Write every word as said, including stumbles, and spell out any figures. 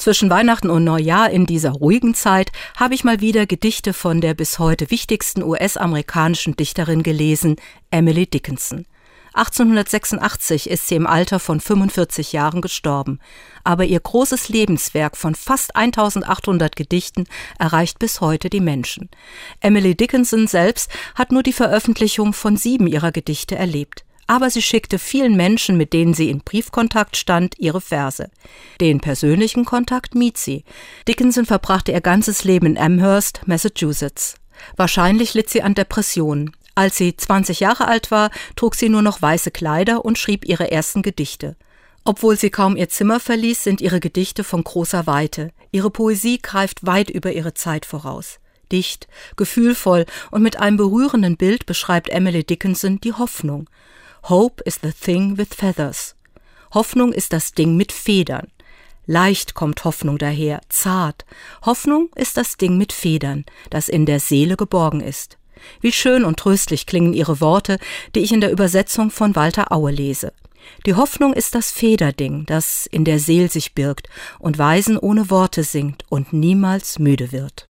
Zwischen Weihnachten und Neujahr in dieser ruhigen Zeit habe ich mal wieder Gedichte von der bis heute wichtigsten U S-amerikanischen Dichterin gelesen, Emily Dickinson. achtzehnhundertsechsundachtzig ist sie im Alter von fünfundvierzig Jahren gestorben, aber ihr großes Lebenswerk von fast eintausendachthundert Gedichten erreicht bis heute die Menschen. Emily Dickinson selbst hat nur die Veröffentlichung von sieben ihrer Gedichte erlebt. Aber sie schickte vielen Menschen, mit denen sie in Briefkontakt stand, ihre Verse. Den persönlichen Kontakt mied sie. Dickinson verbrachte ihr ganzes Leben in Amherst, Massachusetts. Wahrscheinlich litt sie an Depressionen. Als sie zwanzig Jahre alt war, trug sie nur noch weiße Kleider und schrieb ihre ersten Gedichte. Obwohl sie kaum ihr Zimmer verließ, sind ihre Gedichte von großer Weite. Ihre Poesie greift weit über ihre Zeit voraus. Dicht, gefühlvoll und mit einem berührenden Bild beschreibt Emily Dickinson die Hoffnung. Hope is the thing with feathers. Hoffnung ist das Ding mit Federn. Leicht kommt Hoffnung daher, zart. Hoffnung ist das Ding mit Federn, das in der Seele geborgen ist. Wie schön und tröstlich klingen ihre Worte, die ich in der Übersetzung von Walter Aue lese. Die Hoffnung ist das Federding, das in der Seel sich birgt und Weisen ohne Worte singt und niemals müde wird.